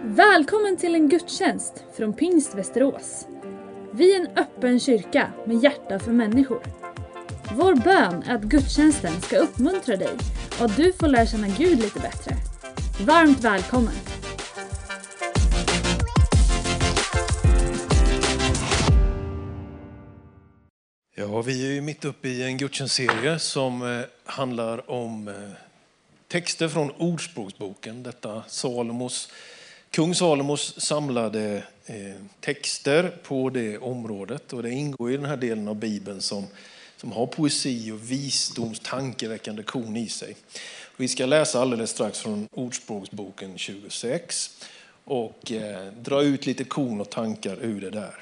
Välkommen till en gudstjänst från Pingst Västerås. Vi är en öppen kyrka med hjärta för människor. Vår bön är att gudstjänsten ska uppmuntra dig och att du får lära känna Gud lite bättre. Varmt välkommen! Ja, vi är ju mitt uppe i en gudstjänstserie som handlar om texter från Ordspråksboken. Detta kung Salomos samlade texter på det området. Och det ingår i den här delen av Bibeln som har poesi och visdoms tankeväckande kon i sig. Vi ska läsa alldeles strax från Ordspråksboken 26 och dra ut lite kon och tankar ur det där.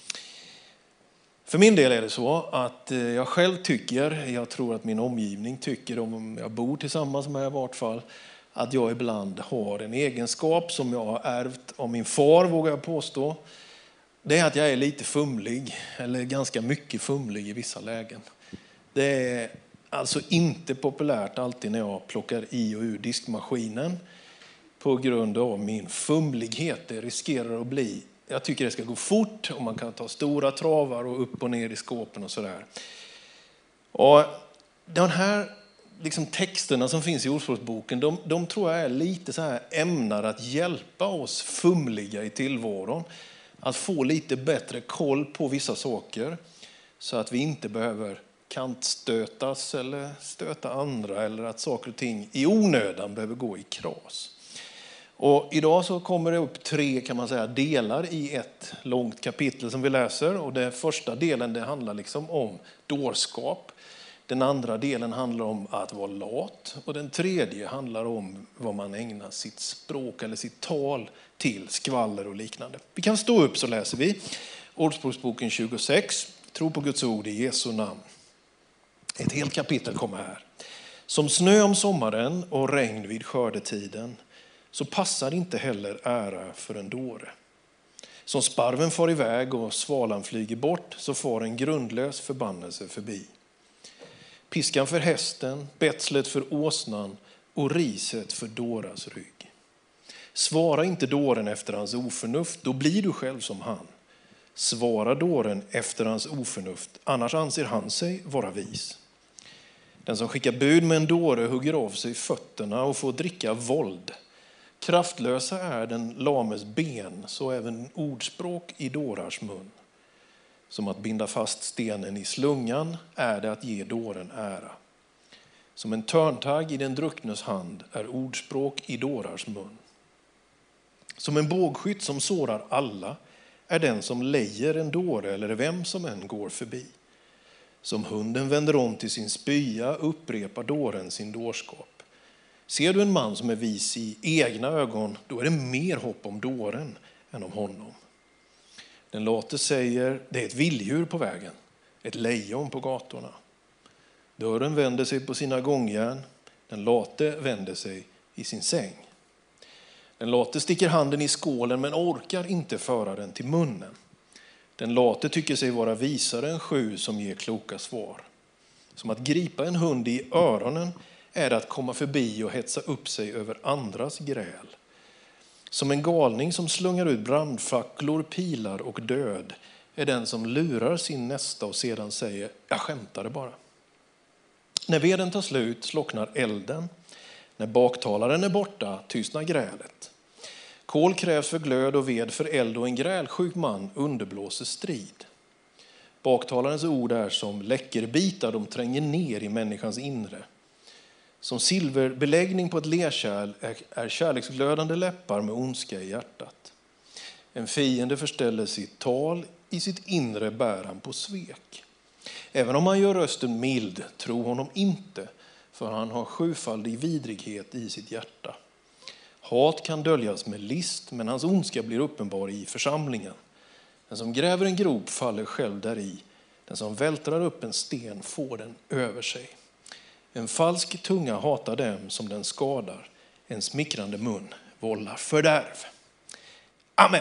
För min del är det så att jag själv jag tror att min omgivning tycker, om jag bor tillsammans med i vart fall, att jag ibland har en egenskap som jag har ärvt av min far, vågar jag påstå. Det är att jag är lite fumlig, eller ganska mycket fumlig i vissa lägen. Det är alltså inte populärt alltid när jag plockar i och ur diskmaskinen på grund av min fumlighet. Det riskerar att bli. Jag tycker det ska gå fort och man kan ta stora travar och upp och ner i skåpen och sådär. Och de här texterna som finns i Ordspråksboken, de tror jag är lite så här ämnade att hjälpa oss fumliga i tillvaron. Att få lite bättre koll på vissa saker så att vi inte behöver kantstötas eller stöta andra eller att saker och ting i onödan behöver gå i kras. Och idag så kommer det upp 3 delar i ett långt kapitel som vi läser. Och den första delen det handlar om dårskap. Den andra delen handlar om att vara lat. Och den tredje handlar om vad man ägnar sitt språk eller sitt tal till, skvaller och liknande. Vi kan stå upp så läser vi. Ordspråksboken 26. Tro på Guds ord i Jesu namn. Ett helt kapitel kommer här. Som snö om sommaren och regn vid skördetiden, så passar inte heller ära för en dåre. Som sparven far iväg och svalan flyger bort, så far en grundlös förbannelse förbi. Piskan för hästen, betslet för åsnan och riset för dåras rygg. Svara inte dåren efter hans oförnuft, då blir du själv som han. Svara dåren efter hans oförnuft, annars anser han sig vara vis. Den som skickar bud med en dåre hugger av sig fötterna och får dricka våld. Kraftlösa är den lames ben, så även ordspråk i dårars mun. Som att binda fast stenen i slungan är det att ge dåren ära. Som en törntagg i den drucknes hand är ordspråk i dårars mun. Som en bågskytt som sårar alla är den som lejer en dåre eller vem som än går förbi. Som hunden vänder om till sin spya upprepar dåren sin dårskap. Ser du en man som är vis i egna ögon, då är det mer hopp om dåren än om honom. Den late säger, det är ett vilddjur på vägen, ett lejon på gatorna. Dörren vänder sig på sina gångjärn, den late vänder sig i sin säng. Den late sticker handen i skålen men orkar inte föra den till munnen. Den late tycker sig vara visare än 7 som ger kloka svar. Som att gripa en hund i öronen är det att komma förbi och hetsa upp sig över andras gräl. Som en galning som slungar ut brandfacklor, pilar och död är den som lurar sin nästa och sedan säger, jag skämtade bara. När veden tar slut slocknar elden. När baktalaren är borta tystnar grälet. Kol krävs för glöd och ved för eld och en grälsjuk man underblåser strid. Baktalarens ord är som läckerbitar, de tränger ner i människans inre. Som silverbeläggning på ett lerkärl är kärleksglödande läppar med ondska i hjärtat. En fiende förställer sitt tal, i sitt inre bär han på svek. Även om han gör rösten mild, tro honom inte, för han har 7-faldig vidrighet i sitt hjärta. Hat kan döljas med list, men hans ondska blir uppenbar i församlingen. Den som gräver en grop faller själv däri. Den som vältrar upp en sten får den över sig. En falsk tunga hatar dem som den skadar. En smickrande mun vållar fördärv. Amen.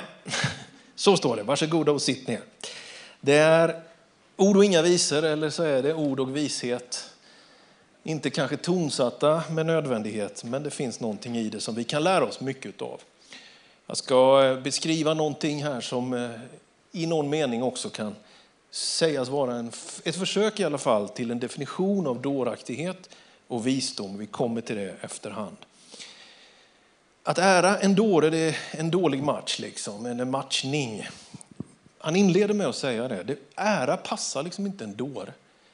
Så står det. Varsågoda och sitt ner. Det är ord och inga visor, eller så är det ord och vishet. Inte kanske tonsatta med nödvändighet, men det finns någonting i det som vi kan lära oss mycket av. Jag ska beskriva någonting här som i någon mening också kan sägas vara ett försök i alla fall till en definition av dåraktighet och visdom. Vi kommer till det efterhand. Att ära en dåre, det är en dålig match liksom, en matchning. Han inleder med att säga det. Ära passar liksom inte en dåre.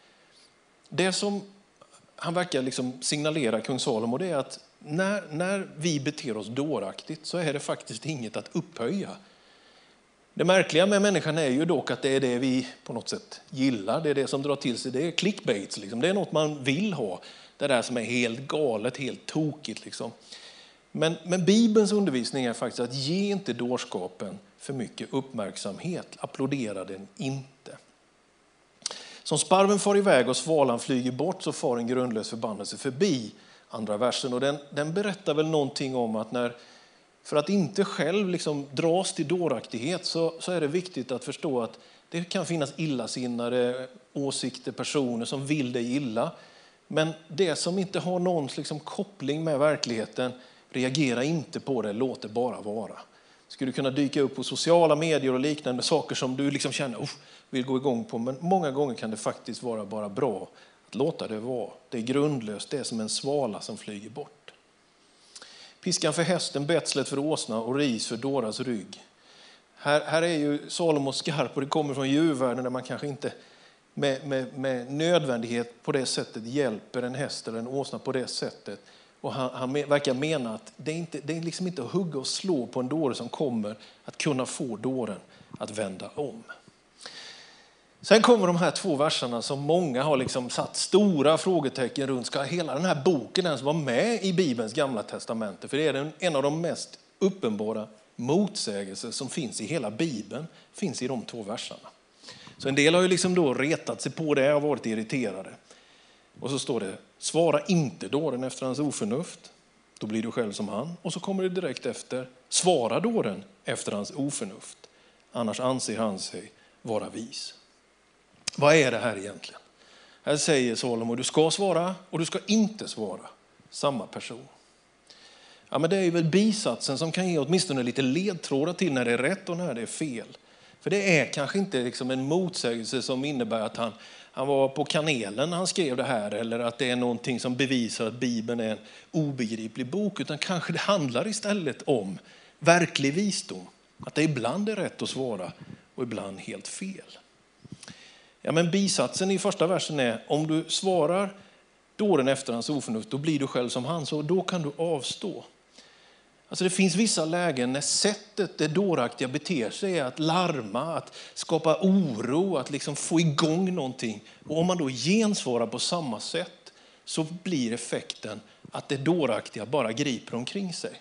Det som han verkar liksom signalera kung Salomo, det är att när vi beter oss dåraktigt så är det faktiskt inget att upphöja. Det märkliga med människan är ju dock att det är det vi på något sätt gillar. Det är det som drar till sig. Det är clickbaits. Liksom. Det är något man vill ha. Det där som är helt galet, helt tokigt. Liksom. Men Bibelns undervisning är faktiskt att ge inte dårskapen för mycket uppmärksamhet. Applådera den inte. Som sparven far iväg och svalan flyger bort så far en grundlös förbannelse förbi. Andra versen. Och den berättar väl någonting om att för att inte själv liksom dras till dåraktighet så är det viktigt att förstå att det kan finnas illasinnade åsikter, personer som vill dig illa. Men det som inte har någon liksom koppling med verkligheten, reagera inte på det, låt det bara vara. Skulle kunna dyka upp på sociala medier och liknande saker som du liksom känner vill gå igång på. Men många gånger kan det faktiskt vara bara bra att låta det vara. Det är grundlöst, det är som en svala som flyger bort. Piskan för hästen, betslet för åsna och ris för dåras rygg. Här är ju Salomo skarp och det kommer från djurvärlden där man kanske inte med nödvändighet på det sättet hjälper en häst eller en åsna på det sättet. Och han verkar mena att det är liksom inte att hugga och slå på en dåre som kommer att kunna få dåren att vända om. Sen kommer de här 2 verserna som många har liksom satt stora frågetecken runt. Ska hela den här boken ens vara med i Bibelns gamla testamente? För det är en av de mest uppenbara motsägelser som finns i hela Bibeln. Finns i de 2 verserna. Så en del har ju liksom då retat sig på det och varit irriterade. Och så står det, svara inte dåren efter hans oförnuft. Då blir du själv som han. Och så kommer det direkt efter, svara dåren efter hans oförnuft. Annars anser han sig vara vis. Vad är det här egentligen? Här säger Salomo, du ska svara och du ska inte svara. Samma person. Ja, men det är ju väl bisatsen som kan ge åtminstone lite ledtrådar till när det är rätt och när det är fel. För det är kanske inte liksom en motsägelse som innebär att han var på kanelen när han skrev det här. Eller att det är någonting som bevisar att Bibeln är en obegriplig bok. Utan kanske det handlar istället om verklig visdom. Att det ibland är rätt att svara och ibland helt fel. Ja, men bisatsen i första versen är, om du svarar dåren efter hans oförnuft, då blir du själv som han, så då kan du avstå. Alltså det finns vissa lägen när sättet det dåraktiga beter sig är att larma, att skapa oro, att liksom få igång någonting. Och om man då gensvarar på samma sätt så blir effekten att det dåraktiga bara griper omkring sig.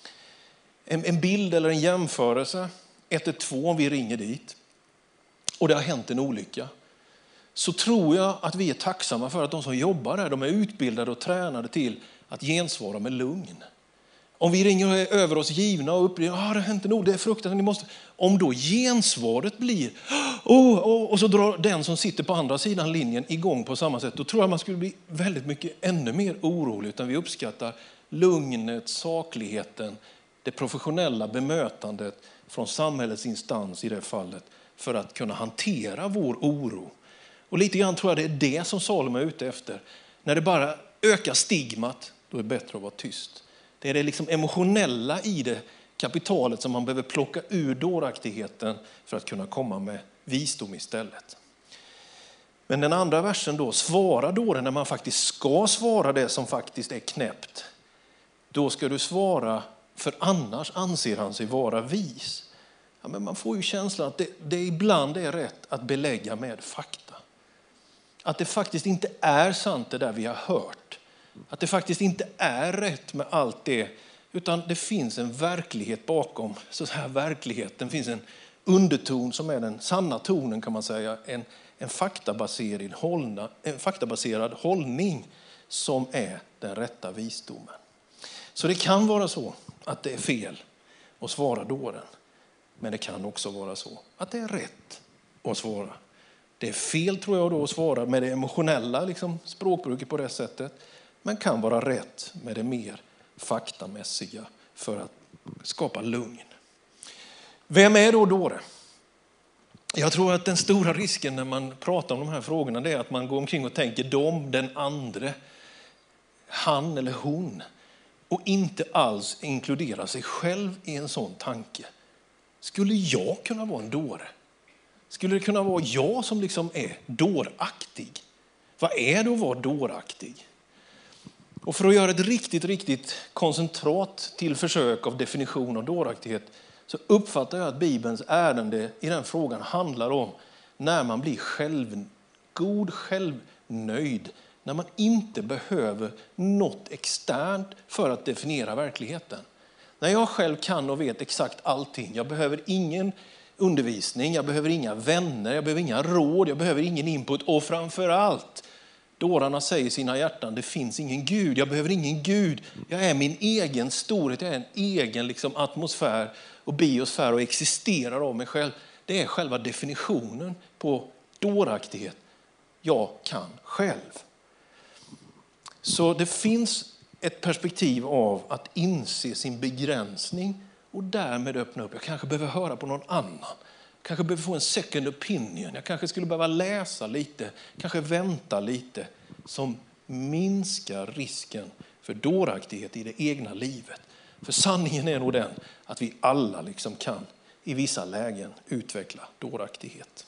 En bild eller en jämförelse, 112 om vi ringer dit och det har hänt en olycka. Så tror jag att vi är tacksamma för att de som jobbar där, de är utbildade och tränade till att gensvara med lugn. Om vi ringer över oss givna och upprepar, det har hänt en olycka, det är fruktansvärt, ni måste. Om då gensvaret blir, och så drar den som sitter på andra sidan linjen igång på samma sätt, då tror jag man skulle bli väldigt mycket ännu mer orolig. Utan vi uppskattar lugnet, sakligheten, det professionella bemötandet från samhällets instans i det fallet för att kunna hantera vår oro. Och lite grann tror jag det är det som Salomo är ute efter. När det bara ökar stigmat, då är det bättre att vara tyst. Det är det liksom emotionella i det kapitalet som man behöver plocka ur dåraktigheten för att kunna komma med visdom istället. Men den andra versen då, svara dåren när man faktiskt ska svara det som faktiskt är knäppt. Då ska du svara, för annars anser han sig vara vis. Ja, men man får ju känslan att det ibland är rätt att belägga med fakta. Att det faktiskt inte är sant det där vi har hört. Att det faktiskt inte är rätt med allt det. Utan det finns en verklighet bakom. Så här verkligheten finns en underton som är den sanna tonen kan man säga. En faktabaserad hållning som är den rätta visdomen. Så det kan vara så att det är fel att svara dåren. Men det kan också vara så att det är rätt att svara. Det är fel tror jag då att svara med det emotionella liksom, språkbruket på det sättet. Men kan vara rätt med det mer faktamässiga för att skapa lugn. Vem är då dåre? Jag tror att den stora risken när man pratar om de här frågorna, det är att man går omkring och tänker den andre, han eller hon, och inte alls inkluderar sig själv i en sån tanke. Skulle jag kunna vara en dåre? Skulle det kunna vara jag som liksom är dåraktig? Vad är det att vara dåraktig? Och för att göra ett riktigt koncentrat till försök av definition av dåraktighet, så uppfattar jag att Bibelns ärende i den frågan handlar om när man blir självnöjd, när man inte behöver något externt för att definiera verkligheten. När jag själv kan och vet exakt allting, jag behöver ingen undervisning, jag behöver inga vänner, jag behöver inga råd, jag behöver ingen input, och framför allt, dårarna säger i sina hjärtan, det finns ingen Gud, jag behöver ingen Gud, jag är min egen storhet, jag är en egen liksom atmosfär och biosfär och existerar av mig själv. Det är själva definitionen på dåraktighet. Jag kan själv. Så det finns ett perspektiv av att inse sin begränsning och därmed öppna upp. Jag kanske behöver höra på någon annan. Jag kanske behöver få en second opinion. Jag kanske skulle behöva läsa lite, kanske vänta lite, som minskar risken för dåraktighet i det egna livet. För sanningen är nog den att vi alla liksom kan i vissa lägen utveckla dåraktighet.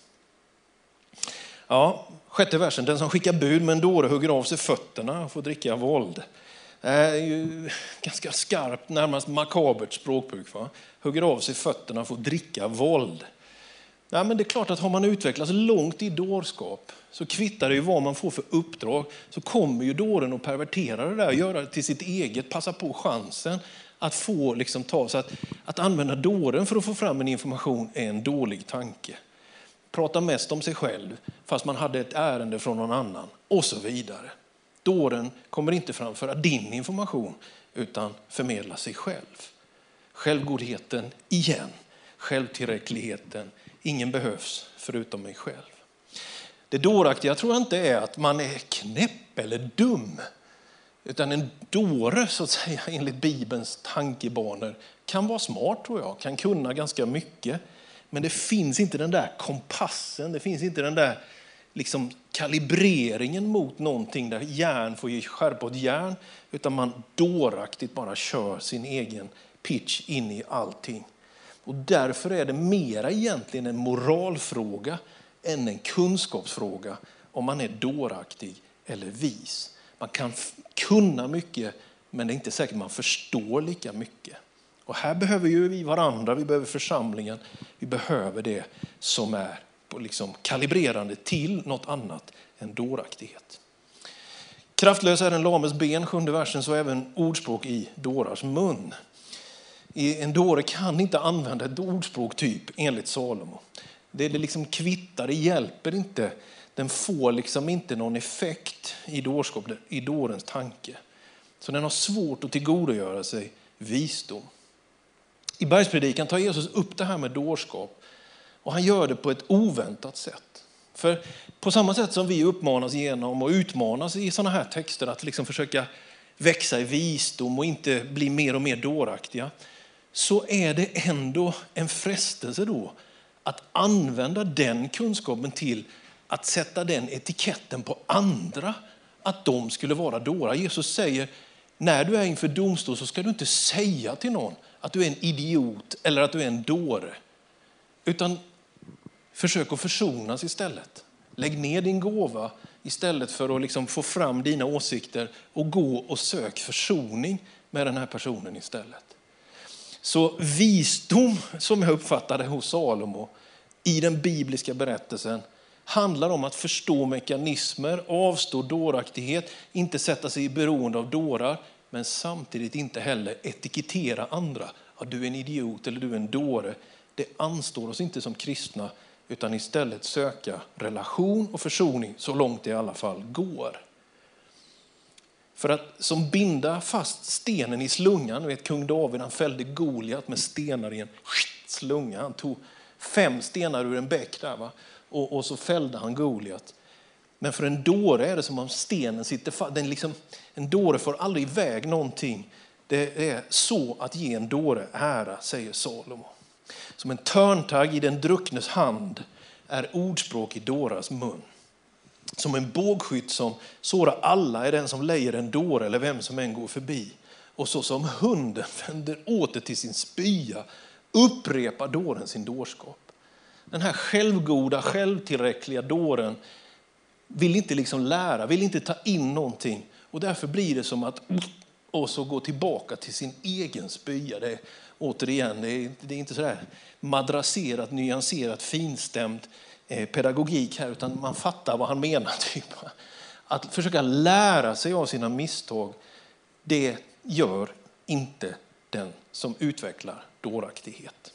Ja, 6:e versen. Den som skickar bud med en dåre hugger av sig fötterna och får dricka våld. Det är ju ganska skarpt, närmast makabert språkbruk. Va? Hugger av sig fötterna och får dricka våld. Ja, men det är klart att har man utvecklats långt i dårskap, så kvittar det ju vad man får för uppdrag, så kommer ju dåren att pervertera det där, göra det till sitt eget, passa på chansen att få liksom ta. Så att använda dåren för att få fram en information är en dålig tanke. Prata mest om sig själv fast man hade ett ärende från någon annan och så vidare. Dåren kommer inte framföra din information utan förmedla sig själv. Självgodheten igen, självtillräckligheten, ingen behövs förutom mig själv. Det dåraktiga tror jag inte är att man är knäpp eller dum, utan en dåre så att säga enligt Bibelns tankebanor kan vara smart tror jag, kan kunna ganska mycket. Men det finns inte den där kompassen, det finns inte den där liksom kalibreringen mot någonting där järn får ge skärpa åt järn, utan man dåraktigt bara kör sin egen pitch in i allting. Och därför är det mera egentligen en moralfråga än en kunskapsfråga om man är dåraktig eller vis. Man kan kunna mycket, men det är inte säkert man förstår lika mycket. Och här behöver ju vi varandra, vi behöver församlingen, vi behöver det som är liksom kalibrerande till något annat än dåraktighet. Kraftlös är den lames ben, 7:e versen, så även ordspråk i dårars mun. En dåre kan inte använda ett ordspråk typ enligt Salomo. Det liksom kvittar, det hjälper inte. Den får liksom inte någon effekt i dårens tanke. Så den har svårt att tillgodogöra sig visdom. I bergspredikan tar Jesus upp det här med dårskap. Och han gör det på ett oväntat sätt. För på samma sätt som vi uppmanas genom och utmanas i sådana här texter att liksom försöka växa i visdom och inte bli mer och mer dåraktiga, så är det ändå en frestelse då att använda den kunskapen till att sätta den etiketten på andra, att de skulle vara dårar. Jesus säger, när du är inför domstol så ska du inte säga till någon att du är en idiot eller att du är en dåre, utan försök att försonas istället. Lägg ner din gåva istället för att liksom få fram dina åsikter och gå och sök försoning med den här personen istället. Så visdom som jag uppfattade hos Salomo i den bibliska berättelsen handlar om att förstå mekanismer, avstå dåraktighet, inte sätta sig i beroende av dårar, men samtidigt inte heller etikettera andra. Ja, du är en idiot eller du är en dåre. Det anstår oss inte som kristna, utan istället söka relation och försoning så långt det i alla fall går. För att som binda fast stenen i slungan, vet kung David, han fällde Goliat med stenar i en slunga. Han tog 5 stenar ur en bäck där, va? Och så fällde han Goliat. Men för en dåre är det som om stenen sitter fast. En dåre får aldrig iväg någonting. Det är så att ge en dåre ära, säger Salomo. Som en törntagg i den drucknes hand är ordspråk i dåras mun. Som en bågskytt som sårar alla är den som lejer en dåre eller vem som än går förbi. Och så som hunden vänder åter till sin spya upprepar dåren sin dårskap. Den här självgoda, självtillräckliga dåren vill inte liksom lära, vill inte ta in någonting. Och därför blir det som att och så gå tillbaka till sin egen spya. Det är, återigen, det är inte så där madrasserat, nyanserat, finstämt pedagogik här, utan man fattar vad han menar. Typ. Att försöka lära sig av sina misstag, det gör inte den som utvecklar dåraktighet.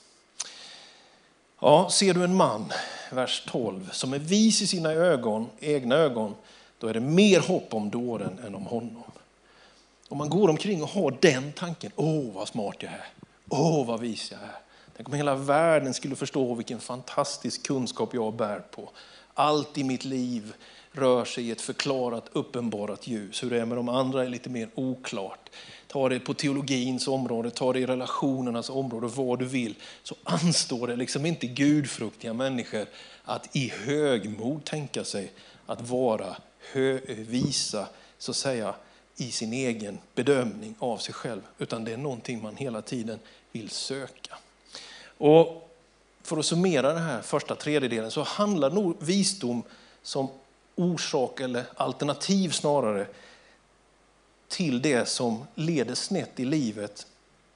Ja, ser du en man, vers 12, som är vis i sina egna ögon, då är det mer hopp om dåren än om honom. Om man går omkring och har den tanken, vad smart jag är, vad vis jag är. Tänk om hela världen skulle förstå vilken fantastisk kunskap jag bär på. Allt i mitt liv rör sig i ett förklarat, uppenbarat ljus. Hur det är med de andra är lite mer oklart. Ta det på teologins område, ta det i relationernas område, vad du vill. Så anstår det liksom inte gudfruktiga människor att i högmod tänka sig att vara visa, så att säga, i sin egen bedömning av sig själv. Utan det är någonting man hela tiden vill söka. Och för att summera den här första tredjedelen så handlar nog visdom som orsak eller alternativ snarare till det som leder snett i livet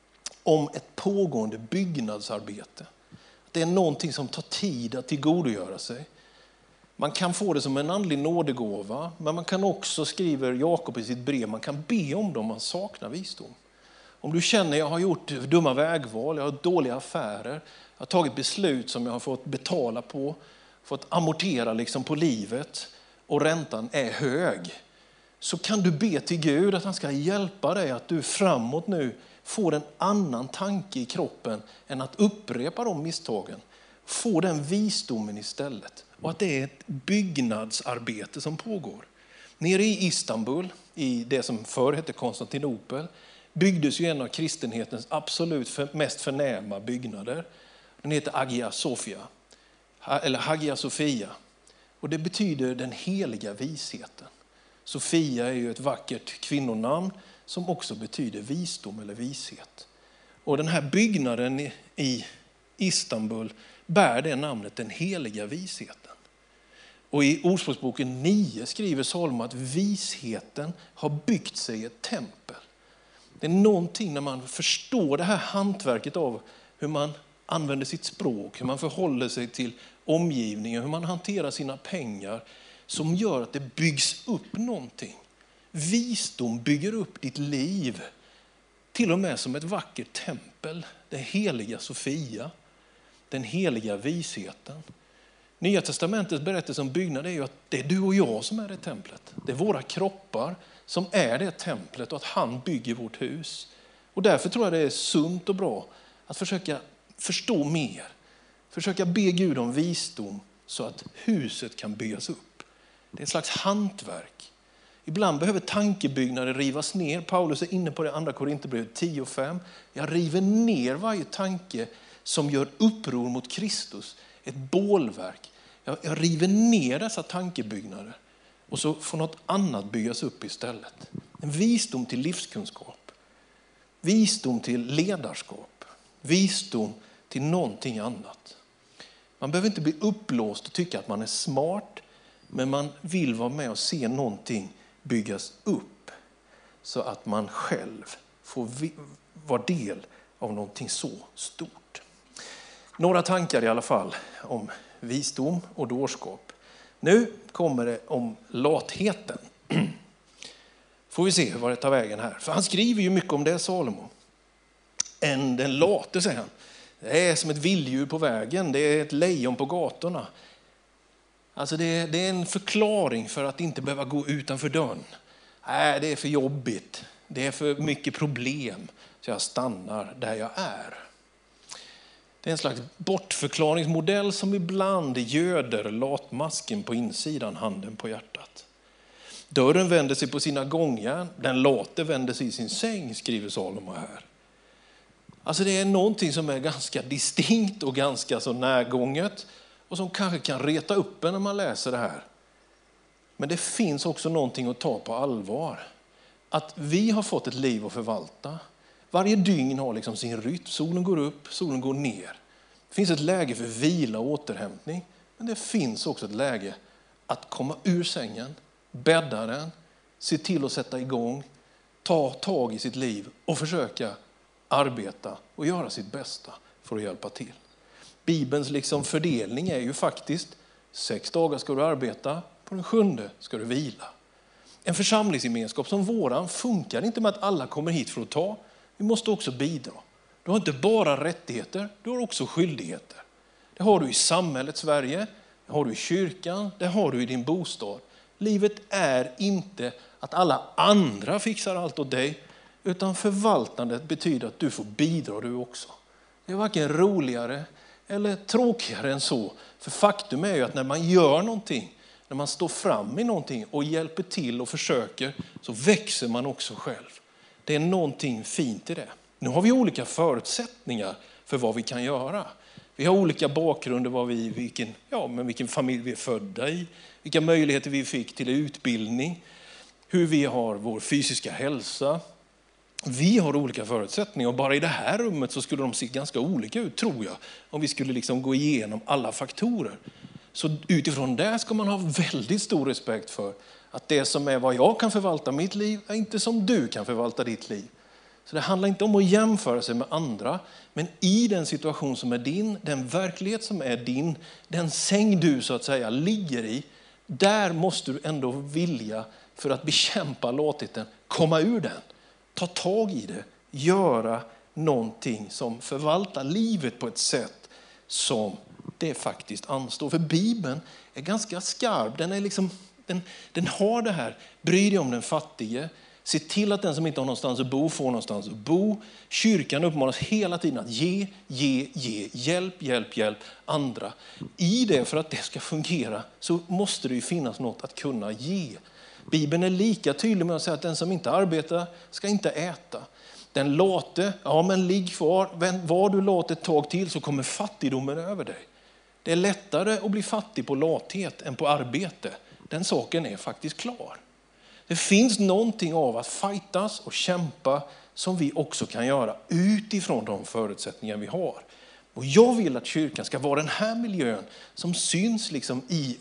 om ett pågående byggnadsarbete. Det är någonting som tar tid att tillgodogöra sig. Man kan få det som en andlig nådegåva, men man kan också, skriver Jakob i sitt brev, man kan be om det om man saknar visdom. Om du känner jag har gjort dumma vägval, jag har dåliga affärer, jag har tagit beslut som jag har fått betala på, fått amortera liksom på livet och räntan är hög, så kan du be till Gud att han ska hjälpa dig att du framåt nu får en annan tanke i kroppen än att upprepa de misstagen. Få den visdomen istället. Och att det är ett byggnadsarbete som pågår. Nere i Istanbul, i det som förr hette Konstantinopel, byggdes ju en av kristenhetens absolut mest förnäma byggnader. Den heter Hagia Sophia, eller Hagia Sophia. Och det betyder den heliga visheten. Sofia är ju ett vackert kvinnonamn som också betyder visdom eller vishet. Och den här byggnaden i Istanbul bär det namnet, den heliga visheten. Och i Ordspråksboken 9 skriver Salomo att visheten har byggt sig ett tempel. Det är någonting när man förstår det här hantverket av hur man använder sitt språk, hur man förhåller sig till omgivningen, hur man hanterar sina pengar, som gör att det byggs upp någonting. Visdom bygger upp ditt liv, till och med som ett vackert tempel, det heliga Sofia, den heliga visheten. Nya testamentets berättelse om byggnad är ju att det är du och jag som är det templet. Det är våra kroppar som är det templet och att han bygger vårt hus. Och därför tror jag det är sunt och bra att försöka förstå mer. Försöka be Gud om visdom så att huset kan byggas upp. Det är ett slags hantverk. Ibland behöver tankebyggnader rivas ner. Paulus är inne på det, andra Korinthierbrevet 10:5. Jag river ner varje tanke som gör uppror mot Kristus. Ett bålverk. Jag river ner dessa tankebyggnader. Och så får något annat byggas upp istället. En visdom till livskunskap. Visdom till ledarskap. Visdom till någonting annat. Man behöver inte bli uppblåst och tycka att man är smart. Men man vill vara med och se någonting byggas upp. Så att man själv får vara del av någonting så stort. Några tankar i alla fall om visdom och dårskap. Nu kommer det om latheten. Får vi se vad det tar vägen här. För han skriver ju mycket om det, Salomo. Den late, säger han. Det är som ett vilddjur på vägen. Det är ett lejon på gatorna. Alltså det är en förklaring för att inte behöva gå utanför dörren. Nej, det är för jobbigt. Det är för mycket problem. Så jag stannar där jag är. Det är en slags bortförklaringsmodell som ibland göder latmasken på insidan, handen på hjärtat. Dörren vänder sig på sina gångjärn, den late vänder sig i sin säng, skriver Salomo här. Alltså det är någonting som är ganska distinkt och ganska så närgånget och som kanske kan reta upp en när man läser det här. Men det finns också någonting att ta på allvar. Att vi har fått ett liv att förvalta. Varje dygn har liksom sin rytm. Solen går upp, solen går ner. Det finns ett läge för vila och återhämtning. Men det finns också ett läge att komma ur sängen, bädda den, se till att sätta igång, ta tag i sitt liv och försöka arbeta och göra sitt bästa för att hjälpa till. Bibelns liksom fördelning är ju faktiskt 6 dagar ska du arbeta, på den 7:e ska du vila. En församlingsgemenskap som våran funkar inte med att alla kommer hit för att ta. Vi måste också bidra. Du har inte bara rättigheter, du har också skyldigheter. Det har du i samhället Sverige, det har du i kyrkan, det har du i din bostad. Livet är inte att alla andra fixar allt åt dig, utan förvaltandet betyder att du får bidra du också. Det är varken roligare eller tråkigare än så. För faktum är ju att när man gör någonting, när man står fram i någonting och hjälper till och försöker, så växer man också själv. Det är någonting fint i det. Nu har vi olika förutsättningar för vad vi kan göra. Vi har olika bakgrunder, vilken familj vi är födda i, vilka möjligheter vi fick till utbildning, hur vi har vår fysiska hälsa. Vi har olika förutsättningar och bara i det här rummet så skulle de se ganska olika ut, tror jag, om vi skulle liksom gå igenom alla faktorer. Så utifrån det ska man ha väldigt stor respekt för att det som är vad jag kan förvalta mitt liv är inte som du kan förvalta ditt liv. Så det handlar inte om att jämföra sig med andra, men i den situation som är din, den verklighet som är din, den säng du så att säga ligger i, där måste du ändå vilja, för att bekämpa latheten, komma ur den. Ta tag i det, göra någonting som förvaltar livet på ett sätt som det faktiskt anstår. För Bibeln är ganska skarp, den har det här, bry dig om den fattige, se till att den som inte har någonstans att bo får någonstans att bo. Kyrkan uppmanas hela tiden att ge, hjälp andra. I det, för att det ska fungera, så måste det ju finnas något att kunna ge. Bibeln är lika tydlig med att säga att den som inte arbetar ska inte äta. Den late, ja men ligg kvar, var du lat ett tag till så kommer fattigdomen över dig. Det är lättare att bli fattig på lathet än på arbete. Den saken är faktiskt klar. Det finns någonting av att fightas och kämpa som vi också kan göra utifrån de förutsättningar vi har. Och jag vill att kyrkan ska vara den här miljön som syns liksom i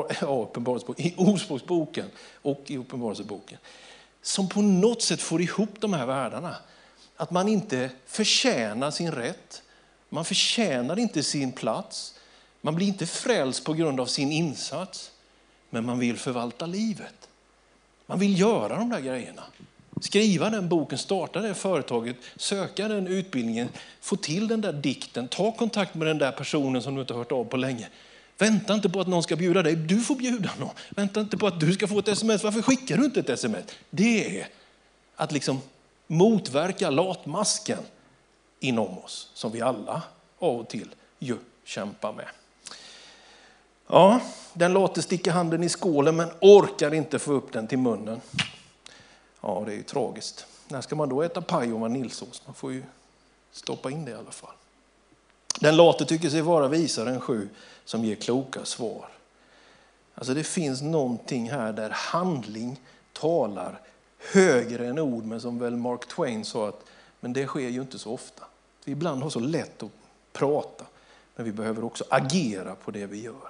Ordspråksboken och i Uppenbarelseboken. Som på något sätt får ihop de här världarna. Att man inte förtjänar sin rätt. Man förtjänar inte sin plats. Man blir inte frälst på grund av sin insats. Men man vill förvalta livet. Man vill göra de där grejerna. Skriva den boken, starta det företaget, söka den utbildningen, få till den där dikten, ta kontakt med den där personen som du inte har hört av på länge. Vänta inte på att någon ska bjuda dig, du får bjuda någon. Vänta inte på att du ska få ett sms, varför skickar du inte ett sms? Det är att liksom motverka latmasken inom oss, som vi alla av och till ju kämpar med. Ja, den låter sticka handen i skålen men orkar inte få upp den till munnen. Ja, det är ju tragiskt. När ska man då äta paj och vaniljsås? Man får ju stoppa in det i alla fall. Den låter tycker sig vara visare än 7 som ger kloka svar. Alltså det finns någonting här där handling talar högre än ord, men som väl Mark Twain sa att men det sker ju inte så ofta. Vi ibland har så lätt att prata, men vi behöver också agera på det vi gör.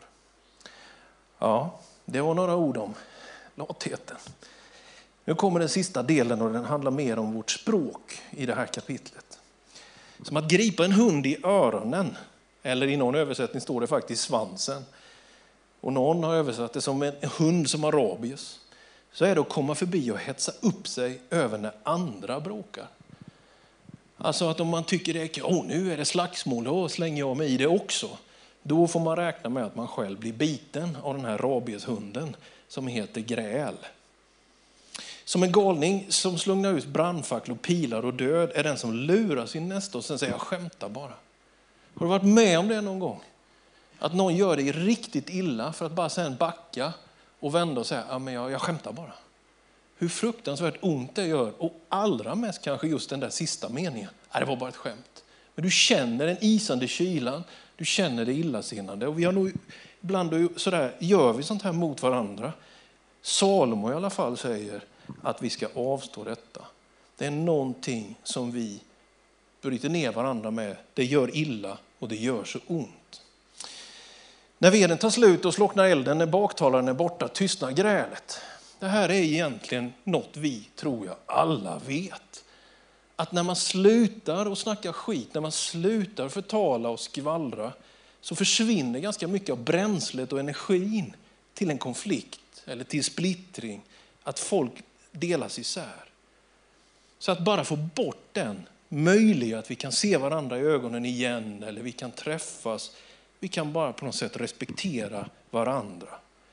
Ja, det var några ord om latheten. Nu kommer den sista delen och den handlar mer om vårt språk i det här kapitlet. Som att gripa en hund i öronen, eller i någon översättning står det faktiskt svansen. Och någon har översatt det som en hund som har rabies. Så är det att komma förbi och hetsa upp sig över när andra bråkar. Alltså att om man tycker det är nu är det slagsmål, då slänger jag mig i det också. Då får man räkna med att man själv blir biten av den här rabieshunden som heter gräl. Som en galning som slungnar ut brandfacklor, pilar och död är den som lurar sin nästa och sen säger jag skämtar bara. Har du varit med om det någon gång? Att någon gör dig riktigt illa för att bara sen backa och vända och säga men jag skämtar bara. Hur fruktansvärt ont det gör, och allra mest kanske just den där sista meningen. Det var bara ett skämt. Men du känner den isande kylan, du känner det illasinnande. Och vi har nog ibland sådär, gör vi sånt här mot varandra. Salomo i alla fall säger att vi ska avstå detta. Det är någonting som vi bryter ner varandra med. Det gör illa och det gör så ont. När veden tar slut och slocknar elden, när baktalaren är borta, tystnar grälet. Det här är egentligen något vi, tror jag, alla vet. Att när man slutar att snacka skit, när man slutar förtala och skvallra, så försvinner ganska mycket av bränslet och energin till en konflikt eller till splittring. Att folk delas isär. Så att bara få bort den möjliga att vi kan se varandra i ögonen igen eller vi kan träffas. Vi kan bara på något sätt respektera varandra.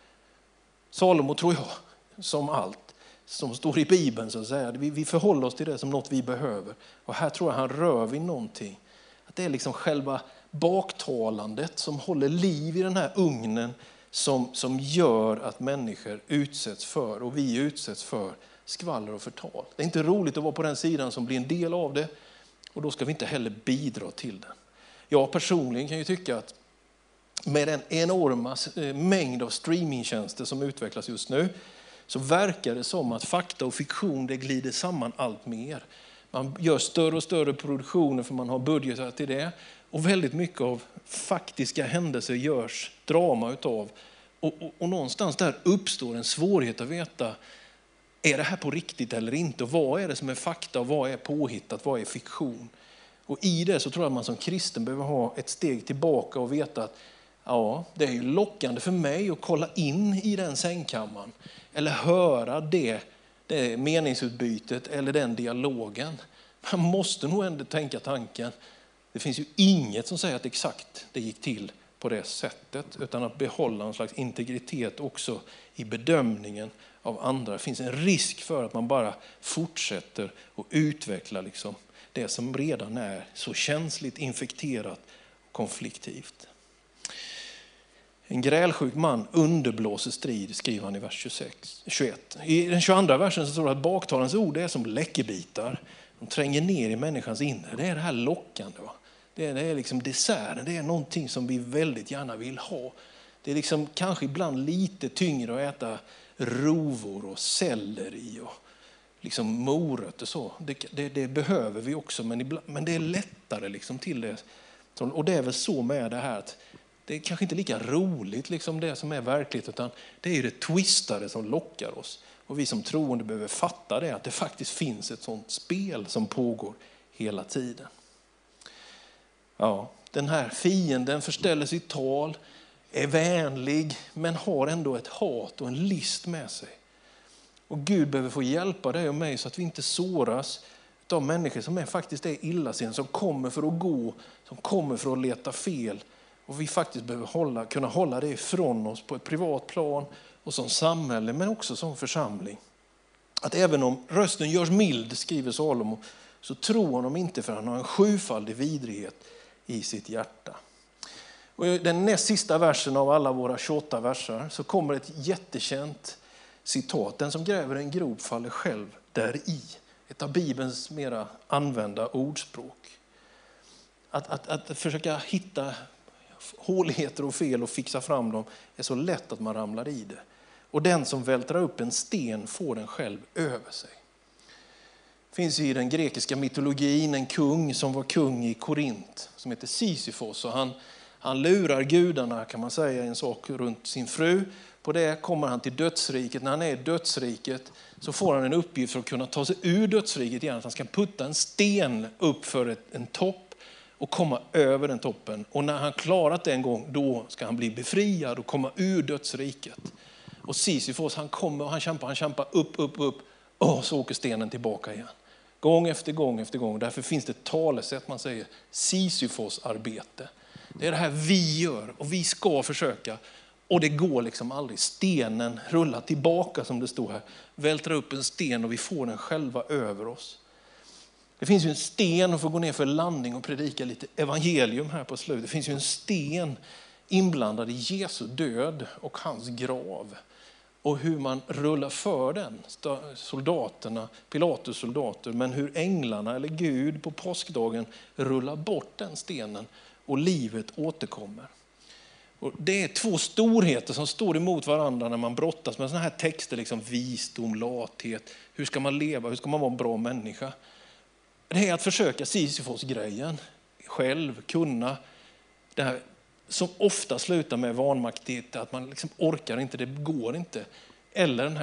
Salomo, tror jag, som allt som står i Bibeln, så att säga. Vi förhåller oss till det som något vi behöver. Och här tror jag han rör vid någonting. Att det är liksom själva baktalandet som håller liv i den här ugnen som gör att människor utsätts för, och vi utsätts för, skvaller och förtal. Det är inte roligt att vara på den sidan som blir en del av det, och då ska vi inte heller bidra till den. Jag personligen kan ju tycka att med den enorma mängd av streamingtjänster som utvecklas just nu, så verkar det som att fakta och fiktion, det glider samman allt mer. Man gör större och större produktioner för man har budgetar till det. Och väldigt mycket av faktiska händelser görs drama utav. Och någonstans där uppstår en svårighet att veta, är det här på riktigt eller inte? Och vad är det som är fakta och vad är påhittat, vad är fiktion? Och i det så tror jag att man som kristen behöver ha ett steg tillbaka och veta att ja, det är ju lockande för mig att kolla in i den sängkammaren. Eller höra det meningsutbytet eller den dialogen. Man måste nog ändå tänka tanken. Det finns ju inget som säger att exakt det gick till på det sättet. Utan att behålla en slags integritet också i bedömningen av andra. Det finns en risk för att man bara fortsätter att utveckla liksom det som redan är så känsligt, infekterat och konfliktivt. En grälsjuk man underblåser strid, skriver han i vers 21. I den 22 versen så står det att baktalens ord är som läckerbitar. De tränger ner i människans inre. Det är det här lockande. Va? Det är liksom desserten. Det är någonting som vi väldigt gärna vill ha. Det är liksom kanske ibland lite tyngre att äta rovor och selleri och liksom morötter. Så. Det behöver vi också, men det är lättare liksom till det. Och det är väl så med det här att det är kanske inte lika roligt liksom det som är verkligt, utan det är det twistade som lockar oss. Och vi som troende behöver fatta det, att det faktiskt finns ett sånt spel som pågår hela tiden. Ja, den här fienden förställer sitt tal, är vänlig, men har ändå ett hat och en list med sig. Och Gud behöver få hjälpa dig och mig så att vi inte såras av människor som faktiskt är illasinnade, som kommer för att gå, som kommer för att leta fel. Och vi faktiskt behöver kunna hålla det ifrån oss på ett privat plan och som samhälle, men också som församling. Att även om rösten görs mild, skriver Salomo, så tror honom inte, för han har en sjufaldig vidrighet i sitt hjärta. Och i den näst sista versen av alla våra 28 versar så kommer ett jättekänt citat. Den som gräver en grop faller själv där i. Ett av Bibelns mera använda ordspråk. Att försöka hitta håligheter och fel och fixa fram dem är så lätt att man ramlar i det. Och den som vältrar upp en sten får den själv över sig. Det finns i den grekiska mytologin en kung som var kung i Korint som heter Sisyfos. Och han lurar gudarna, kan man säga, en sak runt sin fru. På det kommer han till dödsriket. När han är i dödsriket så får han en uppgift för att kunna ta sig ur dödsriket igen. Att han ska putta en sten upp för en topp och komma över den toppen. Och när han klarat det en gång, då ska han bli befriad och komma ur dödsriket. Och Sisyfos, han kommer och han kämpar upp. Och så åker stenen tillbaka igen. Gång efter gång. Därför finns det ett talesätt, man säger Sisyfos arbete. Det är det här vi gör och vi ska försöka. Och det går liksom aldrig. Stenen rullar tillbaka, som det står här. Vältrar upp en sten och vi får den själva över oss. Det finns ju en sten att få gå ner för landning och predika lite evangelium här på slutet. Det finns ju en sten inblandad i Jesu död och hans grav. och hur man rullar för den, soldaterna, Pilatus soldater, men hur änglarna eller Gud på påskdagen rullar bort den stenen och livet återkommer. Och det är två storheter som står emot varandra när man brottas med såna här texter, liksom visdom, lathet, hur ska man leva, hur ska man vara en bra människa. Det är att försöka Sisyfos-grejen, själv kunna det här som ofta slutar med vanmaktighet, att man liksom orkar inte, det går inte. Eller den här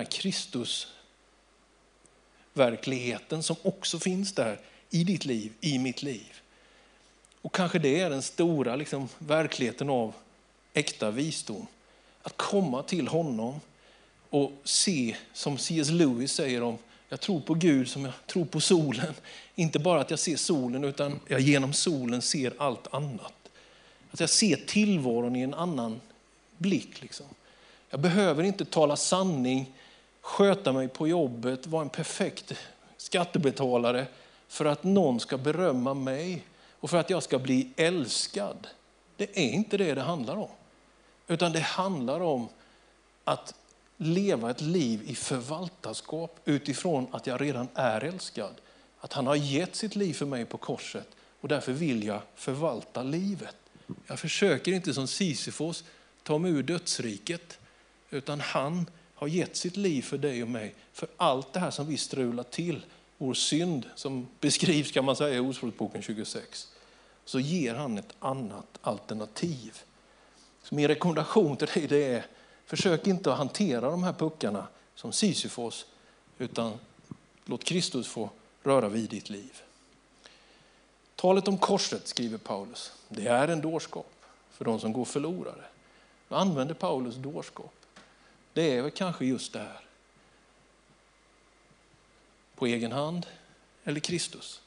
Kristus-verkligheten som också finns där i ditt liv, i mitt liv. Och kanske det är den stora liksom, verkligheten av äkta visdom. Att komma till honom och se, som C.S. Lewis säger om, jag tror på Gud som jag tror på solen. Inte bara att jag ser solen, utan jag genom solen ser allt annat. Att jag ser tillvaron i en annan blick. Liksom. Jag behöver inte tala sanning, sköta mig på jobbet, vara en perfekt skattebetalare för att någon ska berömma mig och för att jag ska bli älskad. Det är inte det handlar om. Utan det handlar om att leva ett liv i förvaltarskap utifrån att jag redan är älskad. Att han har gett sitt liv för mig på korset och därför vill jag förvalta livet. Jag försöker inte som Sisyfos ta mig ur dödsriket, utan han har gett sitt liv för dig och mig. För allt det här som vi strular till, vår synd som beskrivs kan man säga i Ordspråksboken 26, så ger han ett annat alternativ. Så min rekommendation till dig det är, försök inte att hantera de här puckarna som Sisyfos, utan låt Kristus få röra vid ditt liv. Talet om korset, skriver Paulus, det är en dårskap för de som går förlorade. Vad använder Paulus dårskap? Det är väl kanske just det här. På egen hand eller Kristus.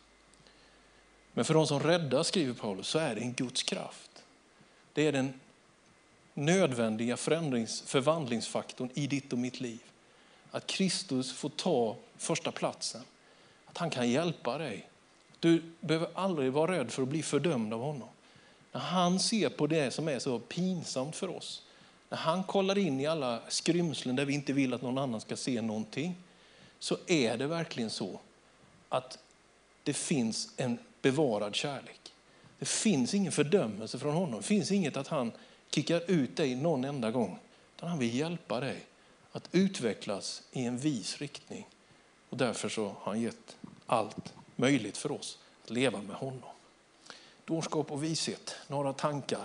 Men för de som räddar, skriver Paulus, så är det en Guds kraft. Det är den nödvändiga förvandlingsfaktorn i ditt och mitt liv. Att Kristus får ta första platsen. Att han kan hjälpa dig. Du behöver aldrig vara rädd för att bli fördömd av honom. När han ser på det som är så pinsamt för oss. När han kollar in i alla skrymslen där vi inte vill att någon annan ska se någonting. Så är det verkligen så att det finns en bevarad kärlek. Det finns ingen fördömelse från honom. Det finns inget att han kickar ut dig någon enda gång. Utan han vill hjälpa dig att utvecklas i en vis riktning. Och därför så har han gett allt möjligt för oss att leva med honom. Dårskap och vishet. Några tankar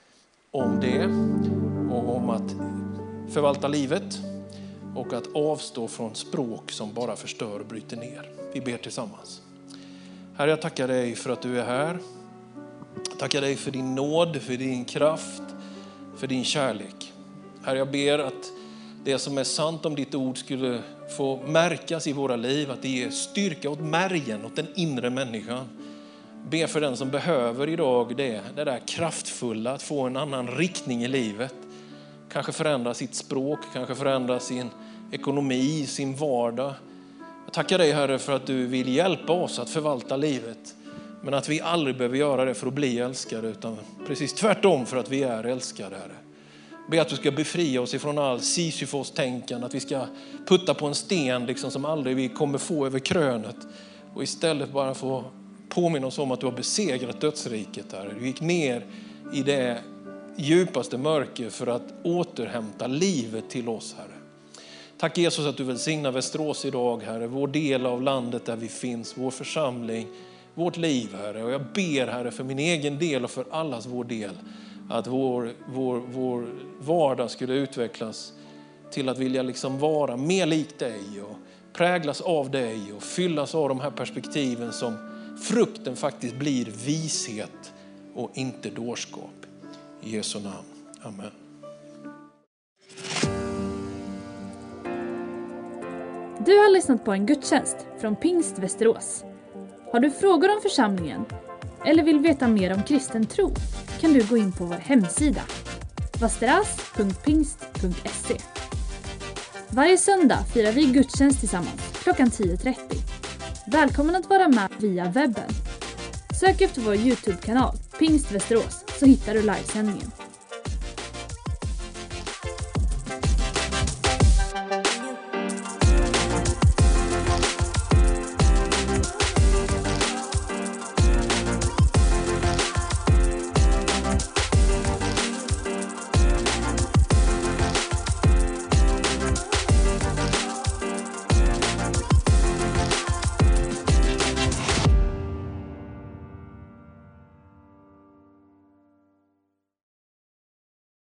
om det. Och om att förvalta livet. Och att avstå från språk som bara förstör och bryter ner. Vi ber tillsammans. Herre, jag tackar dig för att du är här. Jag tackar dig för din nåd, för din kraft, för din kärlek. Herre, jag ber att det som är sant om ditt ord skulle få märkas i våra liv. Att det ger styrka åt märgen, åt den inre människan. Be för den som behöver idag det där kraftfulla, att få en annan riktning i livet. Kanske förändra sitt språk, kanske förändra sin ekonomi, sin vardag. Jag tackar dig, Herre, för att du vill hjälpa oss att förvalta livet. Men att vi aldrig behöver göra det för att bli älskade, utan precis tvärtom för att vi är älskade, Herre. Be att du ska befria oss ifrån all Sisyfos-tänkande, att vi ska putta på en sten liksom, som aldrig vi kommer få över krönet. Och istället bara få påminna oss om att du har besegrat dödsriket, Herre. Du gick ner i det djupaste mörker för att återhämta livet till oss, Herre. Tack Jesus att du välsignar Västerås idag, Herre. Vår del av landet där vi finns, vår församling, vårt liv, Herre. Och jag ber, Herre, för min egen del och för allas vår del, att vår vardag skulle utvecklas till att vilja liksom vara mer lik dig och präglas av dig och fyllas av de här perspektiven som frukten faktiskt blir vishet och inte dårskap. I Jesu namn. Amen. Du har lyssnat på en gudstjänst från Pingst Västerås. Har du frågor om församlingen eller vill veta mer om kristen tro kan du gå in på vår hemsida vasteras.pingst.se. Varje söndag firar vi gudstjänst tillsammans klockan 10:30. Välkommen att vara med via webben. Sök efter vår YouTube-kanal Pingst Västerås så hittar du livesändningen.